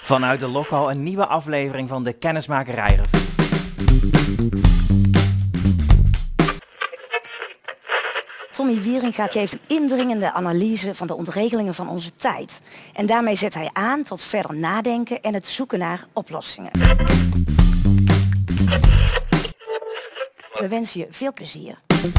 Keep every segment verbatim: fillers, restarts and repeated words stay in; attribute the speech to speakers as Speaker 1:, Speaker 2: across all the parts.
Speaker 1: Vanuit de Lokhal een nieuwe aflevering van de Kennismakerijrevue.
Speaker 2: Tommy Wieringa geeft een indringende analyse van de ontregelingen van onze tijd. En daarmee zet hij aan tot verder nadenken en het zoeken naar oplossingen. We wensen je veel plezier.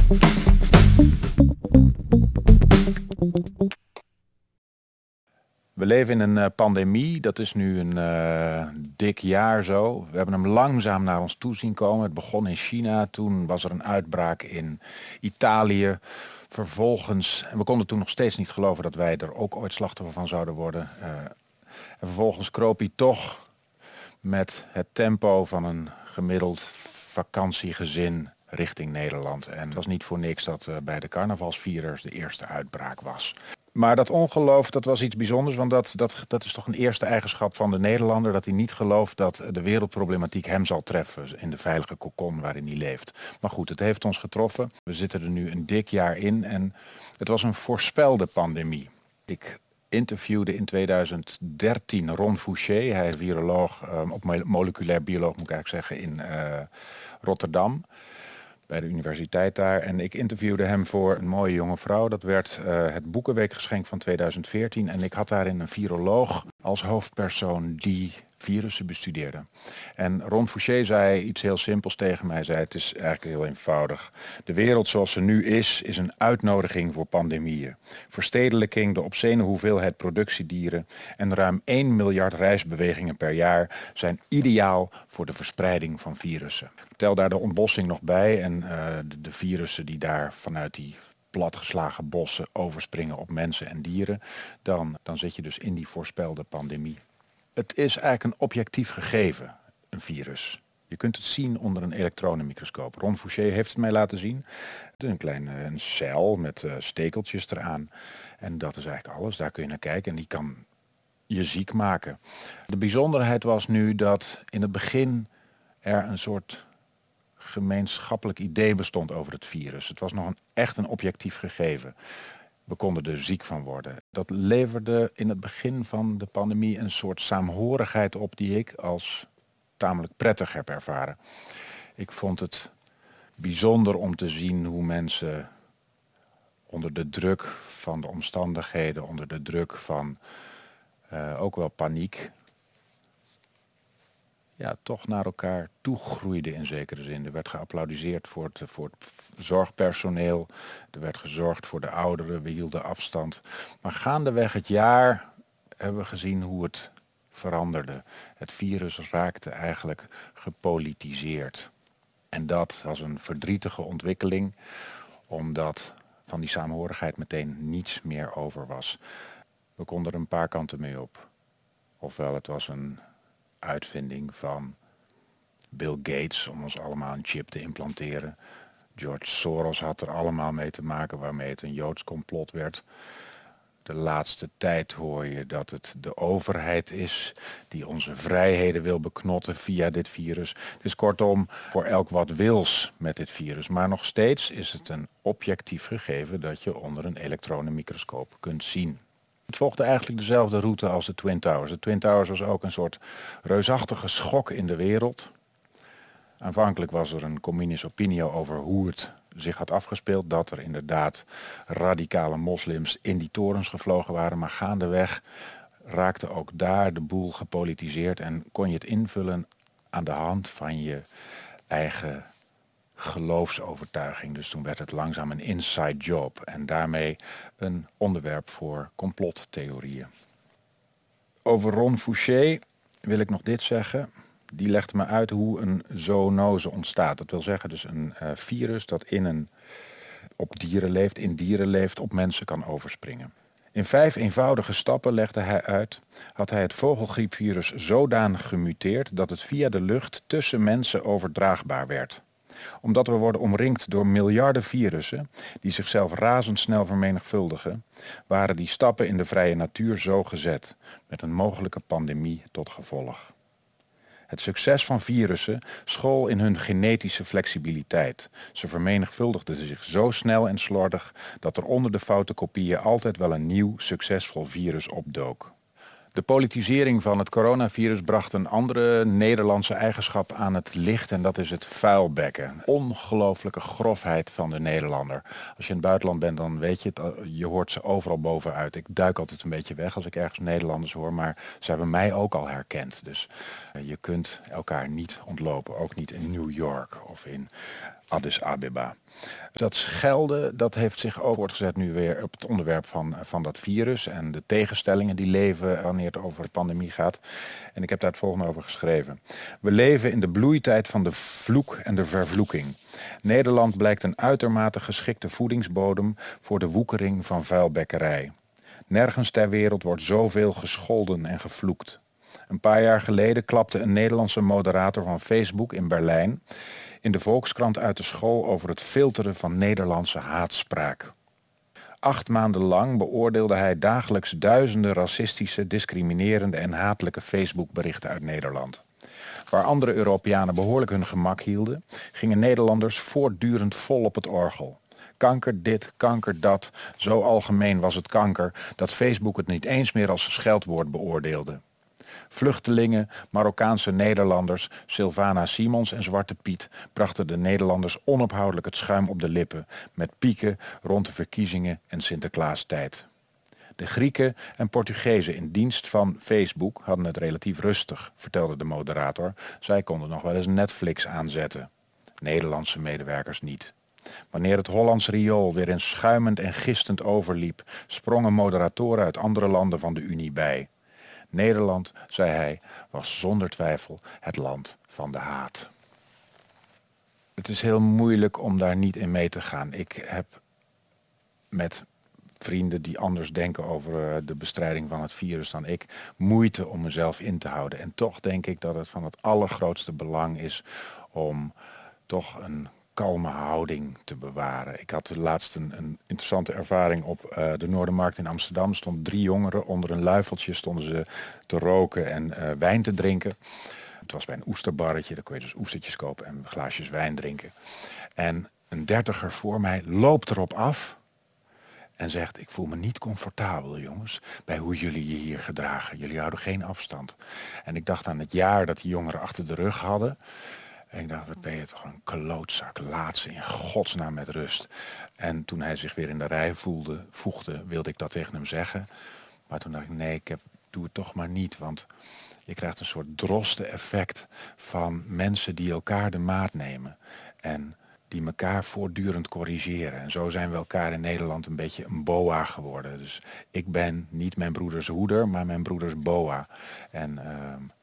Speaker 3: We leven in een uh, pandemie, dat is nu een uh, dik jaar zo. We hebben hem langzaam naar ons toe zien komen. Het begon in China, toen was er een uitbraak in Italië. Vervolgens, en we konden toen nog steeds niet geloven dat wij er ook ooit slachtoffer van zouden worden. Uh, en vervolgens kroop hij toch met het tempo van een gemiddeld vakantiegezin richting Nederland. En het was niet voor niks dat uh, bij de carnavalsvierders de eerste uitbraak was. Maar dat ongeloof, dat was iets bijzonders, want dat, dat, dat is toch een eerste eigenschap van de Nederlander, dat hij niet gelooft dat de wereldproblematiek hem zal treffen in de veilige kokon waarin hij leeft. Maar goed, het heeft ons getroffen. We zitten er nu een dik jaar in en het was een voorspelde pandemie. Ik interviewde in tweeduizend dertien Ron Fouché, hij is viroloog, um, op moleculair bioloog moet ik eigenlijk zeggen, in uh, Rotterdam. Bij de universiteit daar. En ik interviewde hem voor een mooie jonge vrouw. Dat werd uh, het Boekenweekgeschenk van tweeduizend veertien. En ik had daarin een viroloog als hoofdpersoon die virussen bestudeerde. En Ron Fouché zei iets heel simpels tegen mij. Hij zei, het is eigenlijk heel eenvoudig. De wereld zoals ze nu is, is een uitnodiging voor pandemieën. Verstedelijking, de obscene hoeveelheid productiedieren en ruim één miljard reisbewegingen per jaar zijn ideaal voor de verspreiding van virussen. Tel daar de ontbossing nog bij en uh, de, de virussen die daar vanuit die platgeslagen bossen overspringen op mensen en dieren, dan, dan zit je dus in die voorspelde pandemie. Het is eigenlijk een objectief gegeven, een virus. Je kunt het zien onder een elektronenmicroscoop. Ron Fouché heeft het mij laten zien. Het is een kleine een cel met uh, stekeltjes eraan. En dat is eigenlijk alles. Daar kun je naar kijken en die kan je ziek maken. De bijzonderheid was nu dat in het begin er een soort gemeenschappelijk idee bestond over het virus. Het was nog een, echt een objectief gegeven. We konden er ziek van worden. Dat leverde in het begin van de pandemie een soort saamhorigheid op die ik als tamelijk prettig heb ervaren. Ik vond het bijzonder om te zien hoe mensen onder de druk van de omstandigheden, onder de druk van uh, ook wel paniek, ja, toch naar elkaar toegroeiden in zekere zin. Er werd geapplaudiseerd voor het, voor het zorgpersoneel. Er werd gezorgd voor de ouderen. We hielden afstand. Maar gaandeweg het jaar hebben we gezien hoe het veranderde. Het virus raakte eigenlijk gepolitiseerd. En dat was een verdrietige ontwikkeling, omdat van die saamhorigheid meteen niets meer over was. We konden er een paar kanten mee op. Ofwel, het was een uitvinding van Bill Gates om ons allemaal een chip te implanteren. George Soros had er allemaal mee te maken waarmee het een Joods complot werd. De laatste tijd hoor je dat het de overheid is die onze vrijheden wil beknotten via dit virus. Dus kortom, voor elk wat wils met dit virus. Maar nog steeds is het een objectief gegeven dat je onder een elektronenmicroscoop kunt zien. Het volgde eigenlijk dezelfde route als de Twin Towers. De Twin Towers was ook een soort reusachtige schok in de wereld. Aanvankelijk was er een communis opinio over hoe het zich had afgespeeld. Dat er inderdaad radicale moslims in die torens gevlogen waren. Maar gaandeweg raakte ook daar de boel gepolitiseerd. En kon je het invullen aan de hand van je eigen geloofsovertuiging. Dus toen werd het langzaam een inside job. En daarmee een onderwerp voor complottheorieën. Over Ron Fouché wil ik nog dit zeggen. Die legde me uit hoe een zoonose ontstaat. Dat wil zeggen dus een uh, virus dat in een, op dieren leeft, in dieren leeft, op mensen kan overspringen. In vijf eenvoudige stappen, legde hij uit, had hij het vogelgriepvirus zodanig gemuteerd dat het via de lucht tussen mensen overdraagbaar werd. Omdat we worden omringd door miljarden virussen die zichzelf razendsnel vermenigvuldigen, waren die stappen in de vrije natuur zo gezet, met een mogelijke pandemie tot gevolg. Het succes van virussen school in hun genetische flexibiliteit. Ze vermenigvuldigden zich zo snel en slordig dat er onder de foute kopieën altijd wel een nieuw, succesvol virus opdook. De politisering van het coronavirus bracht een andere Nederlandse eigenschap aan het licht en dat is het vuilbekken. Ongelooflijke grofheid van de Nederlander. Als je in het buitenland bent dan weet je het, je hoort ze overal bovenuit. Ik duik altijd een beetje weg als ik ergens Nederlanders hoor, maar ze hebben mij ook al herkend. Dus je kunt elkaar niet ontlopen, ook niet in New York of in Addis Abeba. Dat schelden, dat heeft zich ook voortgezet nu weer op het onderwerp van, van dat virus en de tegenstellingen die leven wanneer het over de pandemie gaat. En ik heb daar het volgende over geschreven. We leven in de bloeitijd van de vloek en de vervloeking. Nederland blijkt een uitermate geschikte voedingsbodem voor de woekering van vuilbekkerij. Nergens ter wereld wordt zoveel gescholden en gevloekt. Een paar jaar geleden klapte een Nederlandse moderator van Facebook in Berlijn in de Volkskrant uit de school over het filteren van Nederlandse haatspraak. Acht maanden lang beoordeelde hij dagelijks duizenden racistische, discriminerende en hatelijke Facebook-berichten uit Nederland. Waar andere Europeanen behoorlijk hun gemak hielden, gingen Nederlanders voortdurend vol op het orgel. Kanker dit, kanker dat, zo algemeen was het kanker dat Facebook het niet eens meer als scheldwoord beoordeelde. Vluchtelingen, Marokkaanse Nederlanders, Sylvana Simons en Zwarte Piet brachten de Nederlanders onophoudelijk het schuim op de lippen met pieken rond de verkiezingen en Sinterklaastijd. De Grieken en Portugezen in dienst van Facebook hadden het relatief rustig, vertelde de moderator. Zij konden nog wel eens Netflix aanzetten. Nederlandse medewerkers niet. Wanneer het Hollands riool weer eens schuimend en gistend overliep, sprongen moderatoren uit andere landen van de Unie bij. Nederland, zei hij, was zonder twijfel het land van de haat. Het is heel moeilijk om daar niet in mee te gaan. Ik heb met vrienden die anders denken over de bestrijding van het virus dan ik, moeite om mezelf in te houden. En toch denk ik dat het van het allergrootste belang is om toch een kalme houding te bewaren. Ik had laatst een, een interessante ervaring op uh, de Noordermarkt in Amsterdam. Er stonden drie jongeren onder een luifeltje stonden ze te roken en uh, wijn te drinken. Het was bij een oesterbarretje, daar kon je dus oestertjes kopen en glaasjes wijn drinken. En een dertiger voor mij loopt erop af en zegt, ik voel me niet comfortabel jongens, bij hoe jullie je hier gedragen. Jullie houden geen afstand. En ik dacht aan het jaar dat die jongeren achter de rug hadden. En ik dacht, wat ben je toch een klootzak, laat ze in godsnaam met rust. En toen hij zich weer in de rij voelde, voegde, wilde ik dat tegen hem zeggen. Maar toen dacht ik, nee, ik heb, doe het toch maar niet. Want je krijgt een soort drosten effect van mensen die elkaar de maat nemen. En die elkaar voortdurend corrigeren. En zo zijn we elkaar in Nederland een beetje een boa geworden. Dus ik ben niet mijn broeders hoeder, maar mijn broeders boa. En Uh,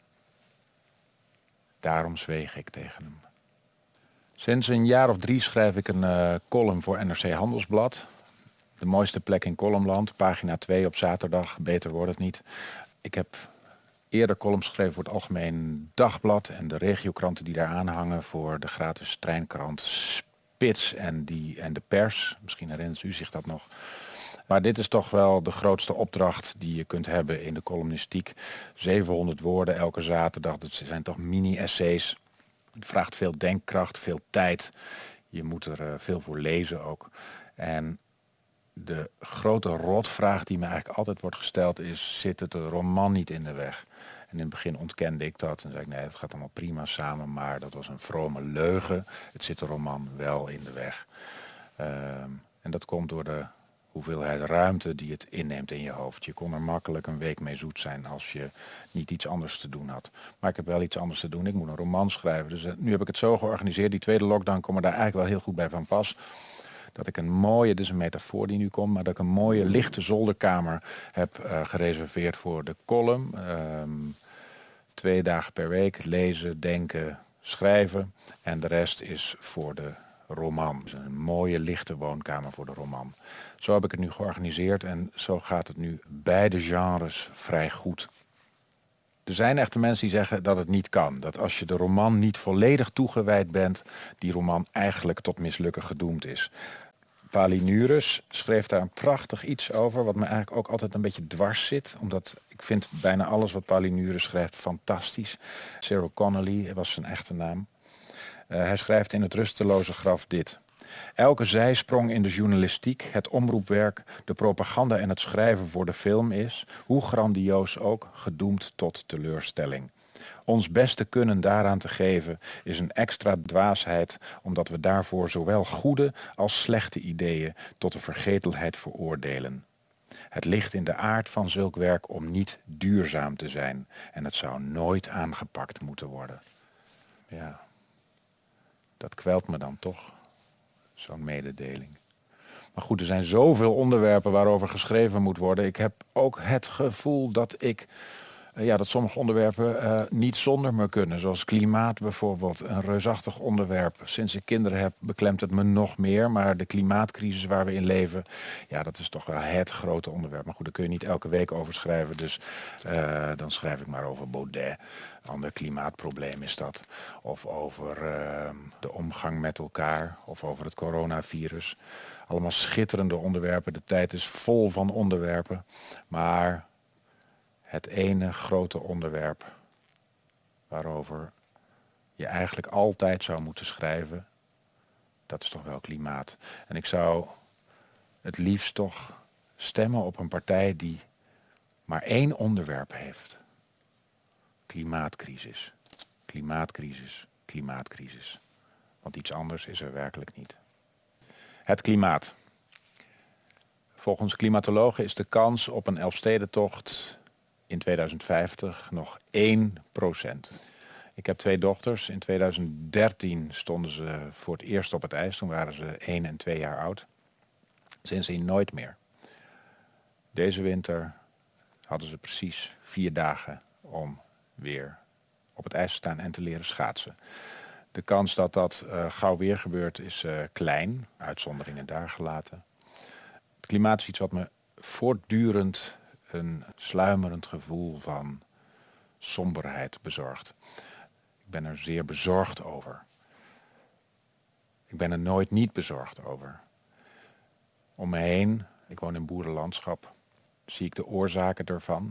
Speaker 3: Daarom zweeg ik tegen hem. Sinds een jaar of drie schrijf ik een uh, column voor N R C Handelsblad. De mooiste plek in columnland, pagina twee op zaterdag, beter wordt het niet. Ik heb eerder columns geschreven voor het Algemeen Dagblad en de regiokranten die daar aanhangen voor de gratis treinkrant Spits en, die, en de Pers. Misschien herinnert u zich dat nog. Maar dit is toch wel de grootste opdracht die je kunt hebben in de columnistiek. zevenhonderd woorden elke zaterdag, dat zijn toch mini-essays. Het vraagt veel denkkracht, veel tijd. Je moet er uh, veel voor lezen ook. En de grote rotvraag die me eigenlijk altijd wordt gesteld is, zit het de roman niet in de weg? En in het begin ontkende ik dat en zei ik, nee, het gaat allemaal prima samen, maar dat was een vrome leugen. Het zit de roman wel in de weg. Uh, en dat komt door de hoeveelheid ruimte die het inneemt in je hoofd. Je kon er makkelijk een week mee zoet zijn als je niet iets anders te doen had. Maar ik heb wel iets anders te doen. Ik moet een roman schrijven. Dus uh, nu heb ik het zo georganiseerd. Die tweede lockdown komt er daar eigenlijk wel heel goed bij van pas. Dat ik een mooie, dit is een metafoor die nu komt, maar dat ik een mooie lichte zolderkamer heb uh, gereserveerd voor de column. Uh, twee dagen per week lezen, denken, schrijven. En de rest is voor de roman. Dus een mooie lichte woonkamer voor de roman. Zo heb ik het nu georganiseerd en zo gaat het nu bij de genres vrij goed. Er zijn echte mensen die zeggen dat het niet kan. Dat als je de roman niet volledig toegewijd bent, die roman eigenlijk tot mislukken gedoemd is. Palinurus schreef daar een prachtig iets over, wat me eigenlijk ook altijd een beetje dwars zit. Omdat ik vind bijna alles wat Palinurus schrijft fantastisch. Cyril Connolly was zijn echte naam. Uh, hij schrijft in Het rusteloze graf dit. Elke zijsprong in de journalistiek, het omroepwerk, de propaganda en het schrijven voor de film is, hoe grandioos ook, gedoemd tot teleurstelling. Ons beste kunnen daaraan te geven is een extra dwaasheid, omdat we daarvoor zowel goede als slechte ideeën tot de vergetelheid veroordelen. Het ligt in de aard van zulk werk om niet duurzaam te zijn en het zou nooit aangepakt moeten worden. Ja, dat kwelt me dan toch, zo'n mededeling. Maar goed, er zijn zoveel onderwerpen waarover geschreven moet worden. Ik heb ook het gevoel dat ik... Ja, dat sommige onderwerpen uh, niet zonder me kunnen. Zoals klimaat bijvoorbeeld. Een reusachtig onderwerp. Sinds ik kinderen heb beklemt het me nog meer. Maar de klimaatcrisis waar we in leven, ja, dat is toch wel het grote onderwerp. Maar goed, daar kun je niet elke week over schrijven. Dus uh, dan schrijf ik maar over Baudet. Een ander klimaatprobleem is dat. Of over uh, de omgang met elkaar. Of over het coronavirus. Allemaal schitterende onderwerpen. De tijd is vol van onderwerpen. Maar... het ene grote onderwerp waarover je eigenlijk altijd zou moeten schrijven, dat is toch wel klimaat. En ik zou het liefst toch stemmen op een partij die maar één onderwerp heeft. Klimaatcrisis. Klimaatcrisis. Klimaatcrisis. Want iets anders is er werkelijk niet. Het klimaat. Volgens klimatologen is de kans op een Elfstedentocht in tweeduizend vijftig nog één procent. Ik heb twee dochters. In tweeduizend dertien stonden ze voor het eerst op het ijs. Toen waren ze één en twee jaar oud. Sindsdien nooit meer. Deze winter hadden ze precies vier dagen om weer op het ijs te staan en te leren schaatsen. De kans dat dat uh, gauw weer gebeurt is uh, klein. Uitzonderingen daar gelaten. Het klimaat is iets wat me voortdurend een sluimerend gevoel van somberheid bezorgt. Ik ben er zeer bezorgd over. Ik ben er nooit niet bezorgd over. Om me heen, ik woon in boerenlandschap, zie ik de oorzaken ervan.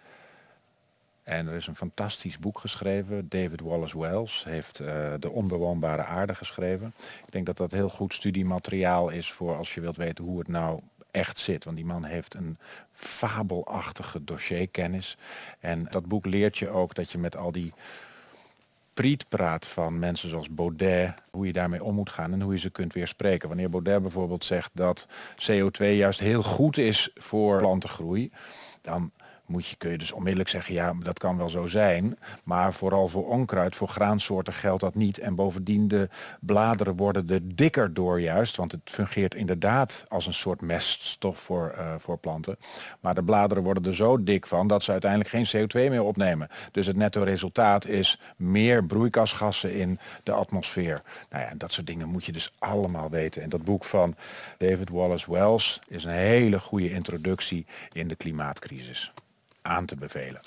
Speaker 3: En er is een fantastisch boek geschreven. David Wallace Wells heeft uh, De Onbewoonbare Aarde geschreven. Ik denk dat dat heel goed studiemateriaal is voor als je wilt weten hoe het nou echt zit. Want die man heeft een fabelachtige dossierkennis. En dat boek leert je ook dat je met al die prietpraat van mensen zoals Baudet, hoe je daarmee om moet gaan en hoe je ze kunt weerspreken. Wanneer Baudet bijvoorbeeld zegt dat C O twee juist heel goed is voor plantengroei, dan moet je, kun je dus onmiddellijk zeggen, ja, dat kan wel zo zijn. Maar vooral voor onkruid, voor graansoorten geldt dat niet. En bovendien, de bladeren worden er dikker door juist. Want het fungeert inderdaad als een soort meststof voor, uh, voor planten. Maar de bladeren worden er zo dik van dat ze uiteindelijk geen C O twee meer opnemen. Dus het netto resultaat is meer broeikasgassen in de atmosfeer. Nou ja, en dat soort dingen moet je dus allemaal weten. En dat boek van David Wallace Wells is een hele goede introductie in de klimaatcrisis. Aan te bevelen.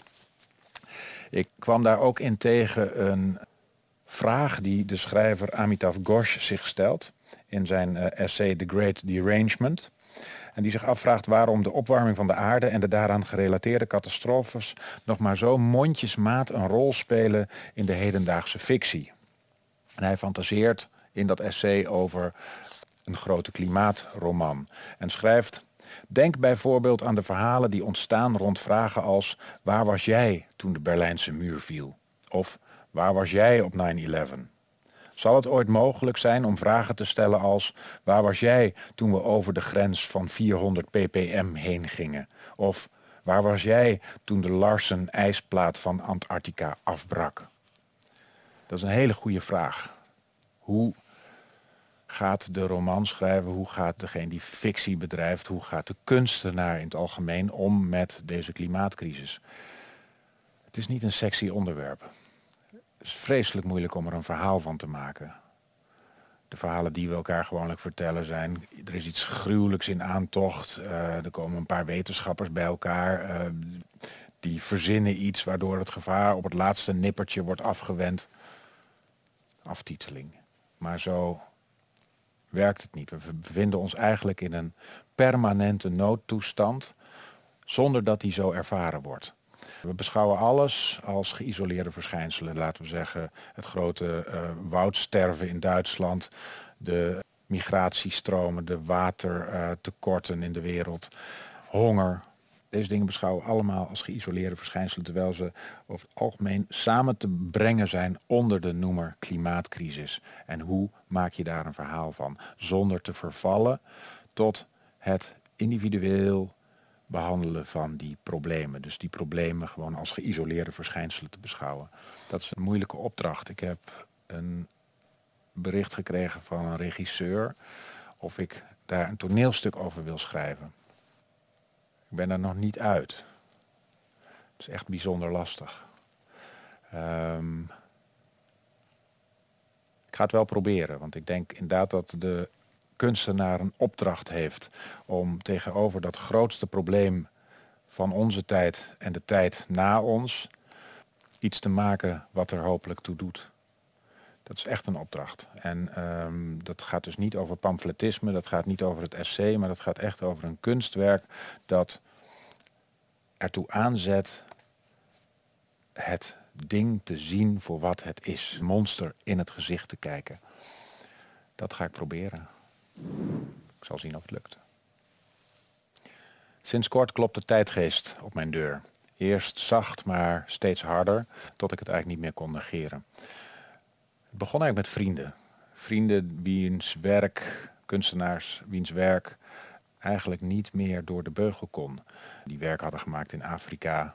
Speaker 3: Ik kwam daar ook in tegen een vraag die de schrijver Amitav Ghosh zich stelt in zijn uh, essay The Great Derangement. En die zich afvraagt waarom de opwarming van de aarde en de daaraan gerelateerde catastrofes nog maar zo mondjesmaat een rol spelen in de hedendaagse fictie. En hij fantaseert in dat essay over een grote klimaatroman en schrijft: denk bijvoorbeeld aan de verhalen die ontstaan rond vragen als: waar was jij toen de Berlijnse muur viel? Of waar was jij op nine eleven? Zal het ooit mogelijk zijn om vragen te stellen als: waar was jij toen we over de grens van vierhonderd ppm heen gingen? Of waar was jij toen de Larsen ijsplaat van Antarctica afbrak? Dat is een hele goede vraag. Hoe gaat de romanschrijver, hoe gaat degene die fictie bedrijft, hoe gaat de kunstenaar in het algemeen om met deze klimaatcrisis? Het is niet een sexy onderwerp. Het is vreselijk moeilijk om er een verhaal van te maken. De verhalen die we elkaar gewoonlijk vertellen zijn: er is iets gruwelijks in aantocht, uh, er komen een paar wetenschappers bij elkaar, uh, die verzinnen iets waardoor het gevaar op het laatste nippertje wordt afgewend. Aftiteling. Maar zo werkt het niet. We bevinden ons eigenlijk in een permanente noodtoestand zonder dat die zo ervaren wordt. We beschouwen alles als geïsoleerde verschijnselen. Laten we zeggen het grote uh, woudsterven in Duitsland, de migratiestromen, de watertekorten in de wereld, honger. Deze dingen beschouwen we allemaal als geïsoleerde verschijnselen, terwijl ze over het algemeen samen te brengen zijn onder de noemer klimaatcrisis. En hoe maak je daar een verhaal van, zonder te vervallen tot het individueel behandelen van die problemen. Dus die problemen gewoon als geïsoleerde verschijnselen te beschouwen. Dat is een moeilijke opdracht. Ik heb een bericht gekregen van een regisseur of ik daar een toneelstuk over wil schrijven. Ik ben er nog niet uit. Het is echt bijzonder lastig. Um, ik ga het wel proberen, want ik denk inderdaad dat de kunstenaar een opdracht heeft om tegenover dat grootste probleem van onze tijd en de tijd na ons iets te maken wat er hopelijk toe doet. Dat is echt een opdracht. En um, dat gaat dus niet over pamfletisme, dat gaat niet over het essay, maar dat gaat echt over een kunstwerk dat ertoe aanzet het ding te zien voor wat het is. Monster in het gezicht te kijken. Dat ga ik proberen. Ik zal zien of het lukt. Sinds kort klopt de tijdgeest op mijn deur. Eerst zacht, maar steeds harder, tot ik het eigenlijk niet meer kon negeren. Het begon eigenlijk met vrienden. Vrienden wiens werk, kunstenaars wiens werk eigenlijk niet meer door de beugel kon. Die werk hadden gemaakt in Afrika.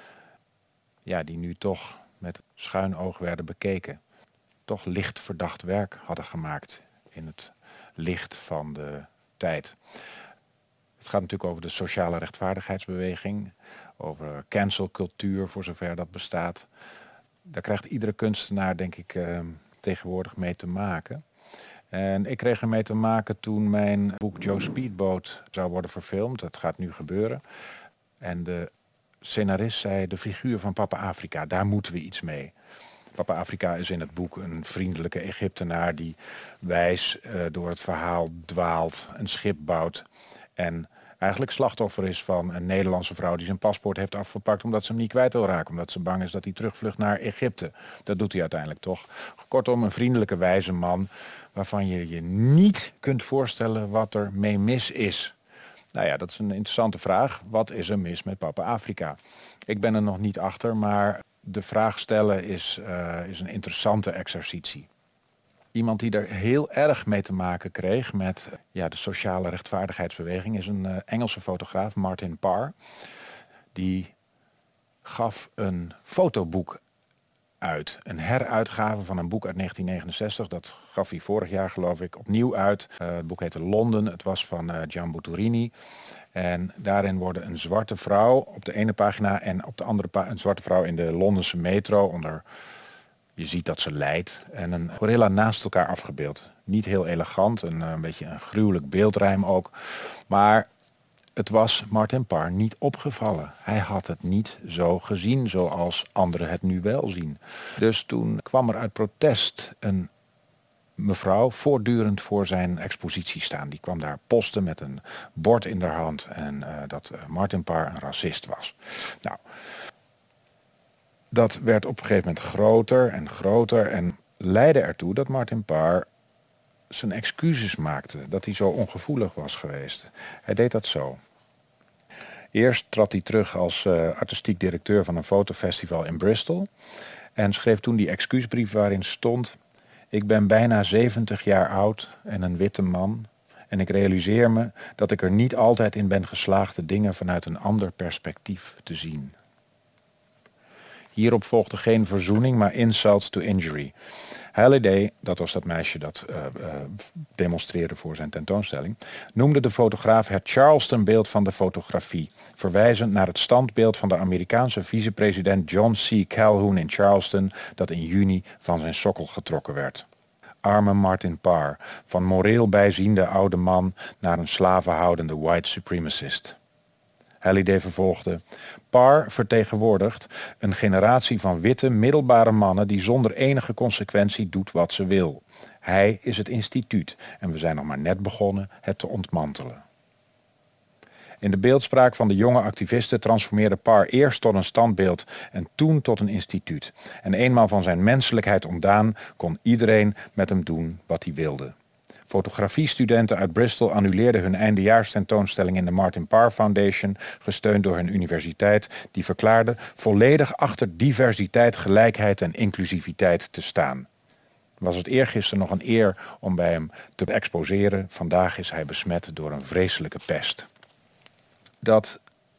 Speaker 3: Ja, die nu toch met schuin oog werden bekeken. Toch licht verdacht werk hadden gemaakt in het licht van de tijd. Het gaat natuurlijk over de sociale rechtvaardigheidsbeweging. Over cancelcultuur, voor zover dat bestaat. Daar krijgt iedere kunstenaar, denk ik, uh, tegenwoordig mee te maken. En ik kreeg ermee te maken toen mijn boek Joe Speedboat zou worden verfilmd. Dat gaat nu gebeuren. En de scenarist zei, de figuur van Papa Afrika, daar moeten we iets mee. Papa Afrika is in het boek een vriendelijke Egyptenaar die wijs uh, door het verhaal dwaalt, een schip bouwt en eigenlijk slachtoffer is van een Nederlandse vrouw die zijn paspoort heeft afgepakt omdat ze hem niet kwijt wil raken. Omdat ze bang is dat hij terugvlucht naar Egypte. Dat doet hij uiteindelijk toch. Kortom, een vriendelijke wijze man waarvan je je niet kunt voorstellen wat er mee mis is. Nou ja, dat is een interessante vraag. Wat is er mis met Papa Afrika? Ik ben er nog niet achter, maar de vraag stellen is, uh, is een interessante exercitie. Iemand die er heel erg mee te maken kreeg met ja, de sociale rechtvaardigheidsbeweging is een uh, Engelse fotograaf, Martin Parr. Die gaf een fotoboek uit. Een heruitgave van een boek uit negentien negenenzestig. Dat gaf hij vorig jaar, geloof ik, opnieuw uit. Uh, het boek heette Londen. Het was van uh, Gian Butturini. En daarin worden een zwarte vrouw op de ene pagina en op de andere pagina een zwarte vrouw in de Londense metro onder... Je ziet dat ze lijdt en een gorilla naast elkaar afgebeeld. Niet heel elegant, een, een beetje een gruwelijk beeldrijm ook. Maar het was Martin Parr niet opgevallen. Hij had het niet zo gezien zoals anderen het nu wel zien. Dus toen kwam er uit protest een mevrouw voortdurend voor zijn expositie staan. Die kwam daar posten met een bord in haar hand en uh, dat uh, Martin Parr een racist was. Nou... Dat werd op een gegeven moment groter en groter en leidde ertoe dat Martin Parr zijn excuses maakte. Dat hij zo ongevoelig was geweest. Hij deed dat zo. Eerst trad hij terug als uh, artistiek directeur van een fotofestival in Bristol. En schreef toen die excuusbrief waarin stond: ik ben bijna zeventig jaar oud en een witte man. En ik realiseer me dat ik er niet altijd in ben geslaagd de dingen vanuit een ander perspectief te zien. Hierop volgde geen verzoening, maar insult to injury. Halliday, dat was dat meisje dat uh, uh, demonstreerde voor zijn tentoonstelling, noemde de fotograaf het Charleston-beeld van de fotografie, verwijzend naar het standbeeld van de Amerikaanse vicepresident John C. Calhoun in Charleston, dat in juni van zijn sokkel getrokken werd. Arme Martin Parr, van moreel bijziende oude man naar een slavenhoudende white supremacist. Halliday vervolgde: Parr vertegenwoordigt een generatie van witte, middelbare mannen die zonder enige consequentie doet wat ze wil. Hij is het instituut en we zijn nog maar net begonnen het te ontmantelen. In de beeldspraak van de jonge activisten transformeerde Parr eerst tot een standbeeld en toen tot een instituut. En eenmaal van zijn menselijkheid ontdaan kon iedereen met hem doen wat hij wilde. Fotografiestudenten uit Bristol annuleerden hun eindejaarstentoonstelling in de Martin Parr Foundation, gesteund door hun universiteit, die verklaarde volledig achter diversiteit, gelijkheid en inclusiviteit te staan. Was het eergisteren nog een eer om bij hem te exposeren. Vandaag is hij besmet door een vreselijke pest. Dat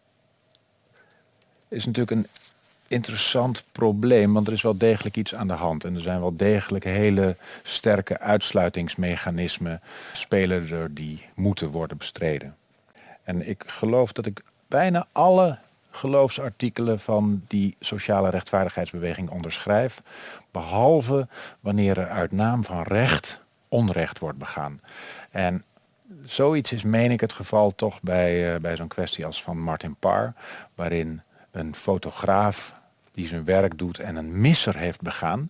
Speaker 3: is natuurlijk een interessant probleem, want er is wel degelijk iets aan de hand. En er zijn wel degelijk hele sterke uitsluitingsmechanismen spelen er die moeten worden bestreden. En ik geloof dat ik bijna alle geloofsartikelen van die sociale rechtvaardigheidsbeweging onderschrijf, behalve wanneer er uit naam van recht onrecht wordt begaan. En zoiets is, meen ik, het geval toch bij, uh, bij zo'n kwestie als van Martin Parr, waarin een fotograaf die zijn werk doet en een misser heeft begaan,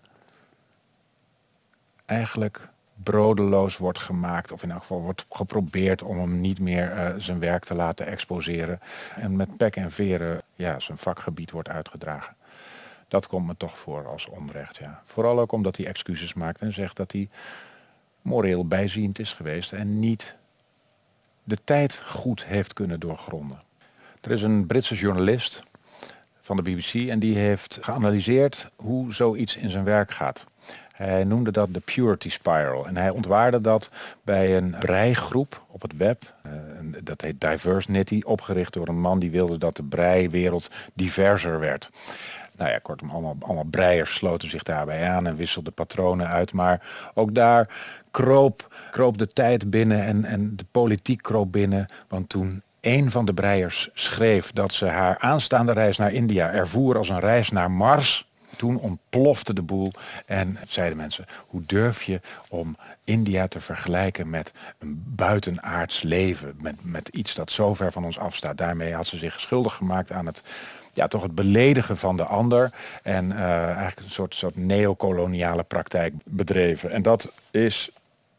Speaker 3: eigenlijk broodeloos wordt gemaakt, of in elk geval wordt geprobeerd om hem niet meer uh, zijn werk te laten exposeren en met pek en veren ja, zijn vakgebied wordt uitgedragen. Dat komt me toch voor als onrecht. Ja. Vooral ook omdat hij excuses maakt en zegt dat hij moreel bijziend is geweest en niet de tijd goed heeft kunnen doorgronden. Er is een Britse journalist van de B B C en die heeft geanalyseerd hoe zoiets in zijn werk gaat. Hij noemde dat de purity spiral en hij ontwaarde dat bij een breigroep op het web. Uh, dat heet Diversenity, opgericht door een man die wilde dat de breiwereld diverser werd. Nou ja, kortom, allemaal, allemaal breiers sloten zich daarbij aan en wisselden patronen uit. Maar ook daar kroop, kroop de tijd binnen en, en de politiek kroop binnen. Want toen een van de breiers schreef dat ze haar aanstaande reis naar India ervoer als een reis naar Mars, toen ontplofte de boel en zeiden mensen, hoe durf je om India te vergelijken met een buitenaards leven, met, met iets dat zo ver van ons afstaat. Daarmee had ze zich schuldig gemaakt aan het, ja, toch het beledigen van de ander en uh, eigenlijk een soort, soort neocoloniale praktijk bedreven. En dat is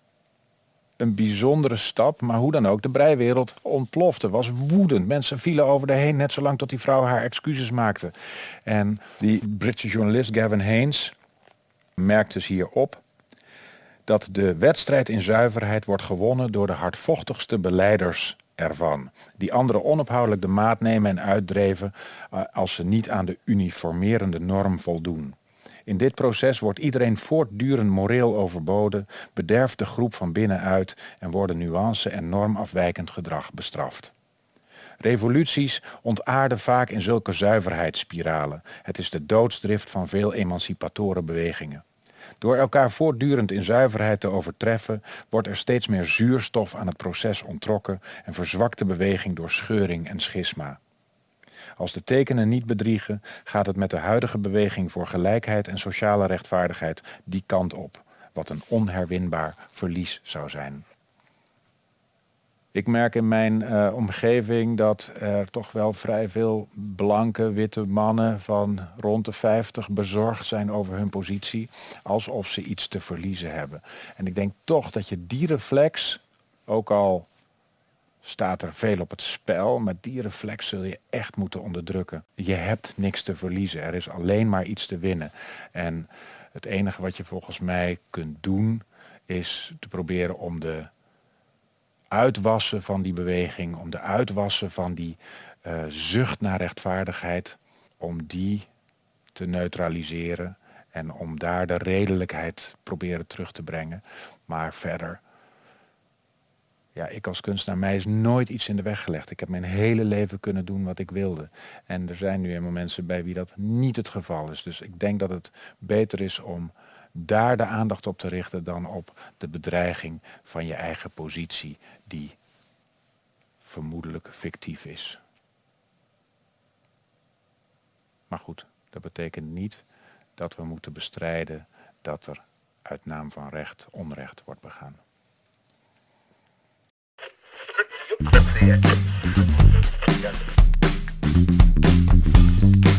Speaker 3: een bijzondere stap, maar hoe dan ook, de breiwereld ontplofte, was woedend. Mensen vielen over de heen, net zolang tot die vrouw haar excuses maakte. En die Britse journalist Gavin Haines merkte dus hier op dat de wedstrijd in zuiverheid wordt gewonnen door de hardvochtigste belijders ervan, die anderen onophoudelijk de maat nemen en uitdreven uh, als ze niet aan de uniformerende norm voldoen. In dit proces wordt iedereen voortdurend moreel overboden, bederft de groep van binnenuit en worden nuance en normafwijkend gedrag bestraft. Revoluties ontaarden vaak in zulke zuiverheidsspiralen. Het is de doodsdrift van veel emancipatoren bewegingen. Door elkaar voortdurend in zuiverheid te overtreffen, wordt er steeds meer zuurstof aan het proces onttrokken en verzwakt de beweging door scheuring en schisma. Als de tekenen niet bedriegen, gaat het met de huidige beweging voor gelijkheid en sociale rechtvaardigheid die kant op, wat een onherwinbaar verlies zou zijn. Ik merk in mijn uh, omgeving dat er toch wel vrij veel blanke, witte mannen van rond de vijftig bezorgd zijn over hun positie, alsof ze iets te verliezen hebben. En ik denk toch dat je die reflex, ook al staat er veel op het spel, maar die reflex zul je echt moeten onderdrukken. Je hebt niks te verliezen, er is alleen maar iets te winnen. En het enige wat je volgens mij kunt doen, is te proberen om de uitwassen van die beweging, om de uitwassen van die uh, zucht naar rechtvaardigheid, om die te neutraliseren en om daar de redelijkheid proberen terug te brengen. Maar verder, ja, ik als kunstenaar, mij is nooit iets in de weg gelegd. Ik heb mijn hele leven kunnen doen wat ik wilde. En er zijn nu eenmaal mensen bij wie dat niet het geval is. Dus ik denk dat het beter is om daar de aandacht op te richten dan op de bedreiging van je eigen positie, die vermoedelijk fictief is. Maar goed, dat betekent niet dat we moeten bestrijden dat er uit naam van recht onrecht wordt begaan.
Speaker 4: Ja.